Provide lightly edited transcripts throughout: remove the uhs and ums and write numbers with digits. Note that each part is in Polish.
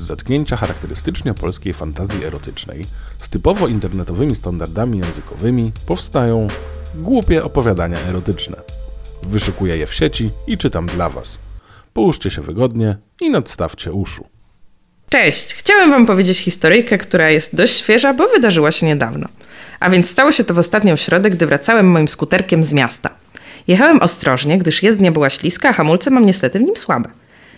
zetknięcia charakterystycznie polskiej fantazji erotycznej z typowo internetowymi standardami językowymi powstają głupie opowiadania erotyczne. Wyszukuję je w sieci i czytam dla Was. Połóżcie się wygodnie i nadstawcie uszu. Cześć! Chciałem Wam powiedzieć historyjkę, która jest dość świeża, bo wydarzyła się niedawno. A więc stało się to w ostatnią środę, gdy wracałem moim skuterkiem z miasta. Jechałem ostrożnie, gdyż jezdnia była śliska, a hamulce mam niestety w nim słabe.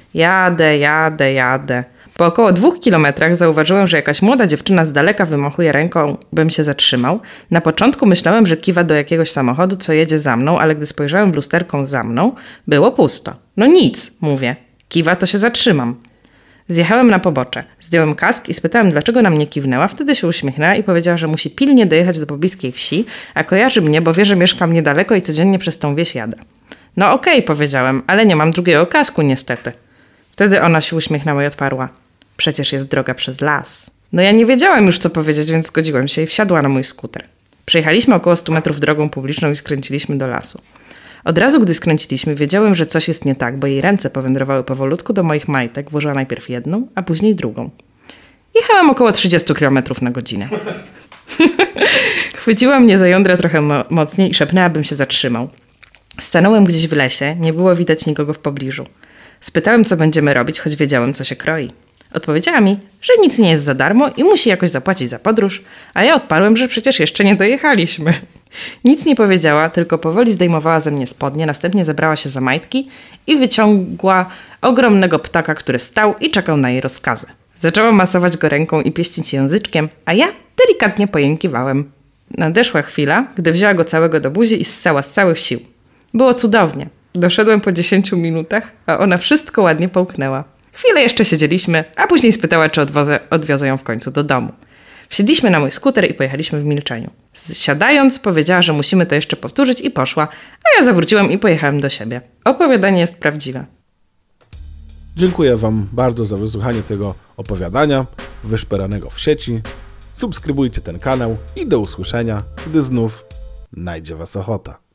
Jadę. Po około 2 kilometrach zauważyłem, że jakaś młoda dziewczyna z daleka wymachuje ręką, bym się zatrzymał. Na początku myślałem, że kiwa do jakiegoś samochodu, co jedzie za mną, ale gdy spojrzałem w lusterką za mną, było pusto. No nic, mówię. Kiwa, to się zatrzymam. Zjechałem na pobocze, zdjąłem kask i spytałem, dlaczego na mnie kiwnęła. Wtedy się uśmiechnęła i powiedziała, że musi pilnie dojechać do pobliskiej wsi, a kojarzy mnie, bo wie, że mieszkam niedaleko i codziennie przez tą wieś jadę. No okej, powiedziałem, ale nie mam drugiego kasku niestety. Wtedy ona się uśmiechnęła i odparła. Przecież jest droga przez las. No ja nie wiedziałem już co powiedzieć, więc zgodziłem się i wsiadła na mój skuter. Przejechaliśmy około 100 metrów drogą publiczną i skręciliśmy do lasu. Od razu, gdy skręciliśmy, wiedziałem, że coś jest nie tak, bo jej ręce powędrowały powolutku do moich majtek, włożyła najpierw jedną, a później drugą. Jechałem około 30 km na godzinę. Chwyciła mnie za jądra trochę mocniej i szepnęła, abym się zatrzymał. Stanąłem gdzieś w lesie, nie było widać nikogo w pobliżu. Spytałem, co będziemy robić, choć wiedziałem, co się kroi. Odpowiedziała mi, że nic nie jest za darmo i musi jakoś zapłacić za podróż, a ja odparłem, że przecież jeszcze nie dojechaliśmy. Nic nie powiedziała, tylko powoli zdejmowała ze mnie spodnie, następnie zabrała się za majtki i wyciągła ogromnego ptaka, który stał i czekał na jej rozkazy. Zaczęła masować go ręką i pieścić języczkiem, a ja delikatnie pojękiwałem. Nadeszła chwila, gdy wzięła go całego do buzi i ssała z całych sił. Było cudownie. Doszedłem po 10 minutach, a ona wszystko ładnie połknęła. Chwilę jeszcze siedzieliśmy, a później spytała, czy odwiozę ją w końcu do domu. Wsiedliśmy na mój skuter i pojechaliśmy w milczeniu. Siadając, powiedziała, że musimy to jeszcze powtórzyć i poszła, a ja zawróciłem i pojechałem do siebie. Opowiadanie jest prawdziwe. Dziękuję Wam bardzo za wysłuchanie tego opowiadania wyszperanego w sieci. Subskrybujcie ten kanał i do usłyszenia, gdy znów najdzie Was ochota.